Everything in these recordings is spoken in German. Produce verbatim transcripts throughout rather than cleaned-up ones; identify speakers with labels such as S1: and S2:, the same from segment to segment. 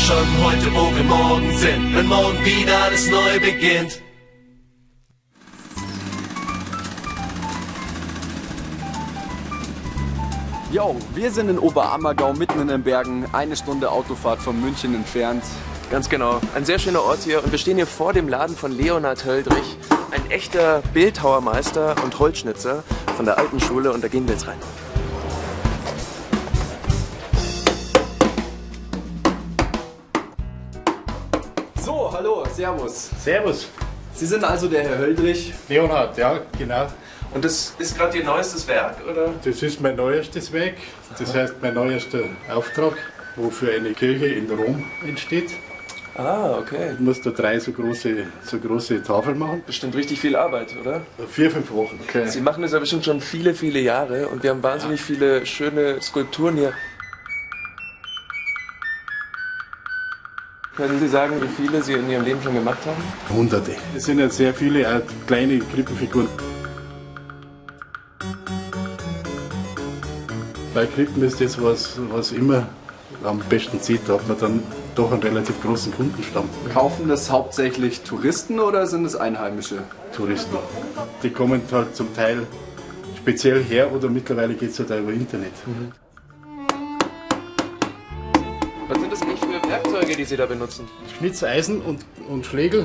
S1: schon heute, wo wir morgen sind, wenn morgen wieder alles neu beginnt.
S2: Jo, wir sind in Oberammergau, mitten in den Bergen, eine Stunde Autofahrt von München entfernt.
S3: Ganz genau, ein sehr schöner Ort hier und wir stehen hier vor dem Laden von Leonhard Höldrich, ein echter Bildhauermeister und Holzschnitzer von der alten Schule, und da gehen wir jetzt rein.
S2: So, hallo, servus.
S4: Servus.
S2: Sie sind also der Herr Höldrich?
S4: Leonhard, ja, genau.
S3: Und das ist gerade Ihr neuestes Werk, oder?
S4: Das ist mein neuestes Werk, das heißt mein neuester Auftrag, wofür eine Kirche in Rom entsteht.
S3: Ah, okay.
S4: Ich muss da drei so große, so große Tafeln machen.
S3: Bestimmt richtig viel Arbeit, oder?
S4: Vier, fünf Wochen. Okay.
S3: Sie machen das ja bestimmt schon viele, viele Jahre und wir haben wahnsinnig viele schöne Skulpturen hier. Können Sie sagen, wie viele Sie in Ihrem Leben schon gemacht haben?
S4: Hunderte. Es sind ja sehr viele auch kleine Krippenfiguren. Bei Krippen ist das, was, was immer am besten zieht. Da hat man dann doch einen relativ großen Kundenstamm.
S2: Kaufen das hauptsächlich Touristen oder sind es Einheimische?
S4: Touristen. Die kommen halt zum Teil speziell her oder mittlerweile geht es halt auch über Internet.
S3: Mhm. Was sind das eigentlich für Werkzeuge, die Sie da benutzen?
S4: Schnitzeisen und, und Schlägel.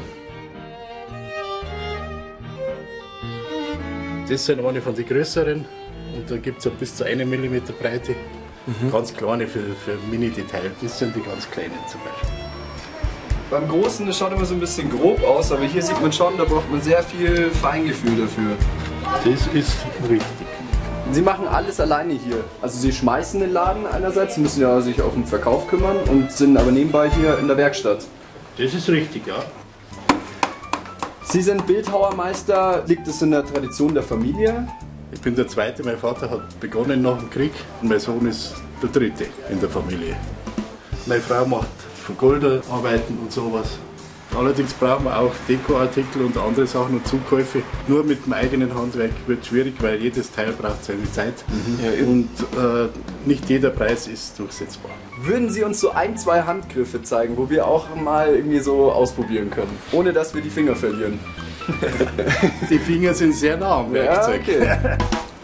S4: Das sind eine von den größeren. Und da gibt es bis zu einem Millimeter Breite. Mhm. Ganz kleine für, für Mini-Detail. Das sind die ganz kleinen zum Beispiel.
S2: Beim Großen, das schaut immer so ein bisschen grob aus, aber hier sieht man schon, da braucht man sehr viel Feingefühl dafür.
S4: Das ist richtig.
S2: Sie machen alles alleine hier. Also Sie schmeißen den Laden einerseits, Sie müssen ja sich auch um den Verkauf kümmern und sind aber nebenbei hier in der Werkstatt.
S4: Das ist richtig, ja.
S2: Sie sind Bildhauermeister. Liegt es in der Tradition der Familie?
S4: Ich bin der Zweite, mein Vater hat begonnen nach dem Krieg und mein Sohn ist der Dritte in der Familie. Meine Frau macht Vergolderarbeiten und sowas. Allerdings brauchen wir auch Dekoartikel und andere Sachen und Zukäufe. Nur mit dem eigenen Handwerk wird es schwierig, weil jedes Teil braucht seine Zeit. Mhm. Ja, und äh, nicht jeder Preis ist durchsetzbar.
S2: Würden Sie uns so ein, zwei Handgriffe zeigen, wo wir auch mal irgendwie so ausprobieren können, ohne dass wir die Finger verlieren?
S4: Die Finger sind sehr nah am Werkzeug.
S2: Ja, okay.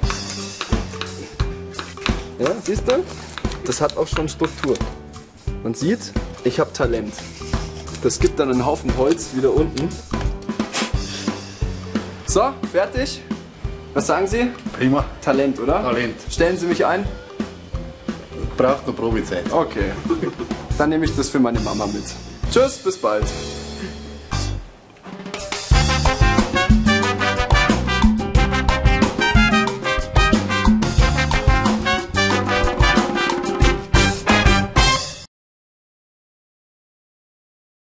S2: Ja, siehst du? Das hat auch schon Struktur. Man sieht, ich habe Talent. Das gibt dann einen Haufen Holz wieder unten. So, fertig? Was sagen Sie?
S4: Prima.
S2: Talent, oder?
S4: Talent.
S2: Stellen Sie mich ein?
S4: Braucht noch Probezeit.
S2: Okay. Dann nehme ich das für meine Mama mit. Tschüss, bis bald.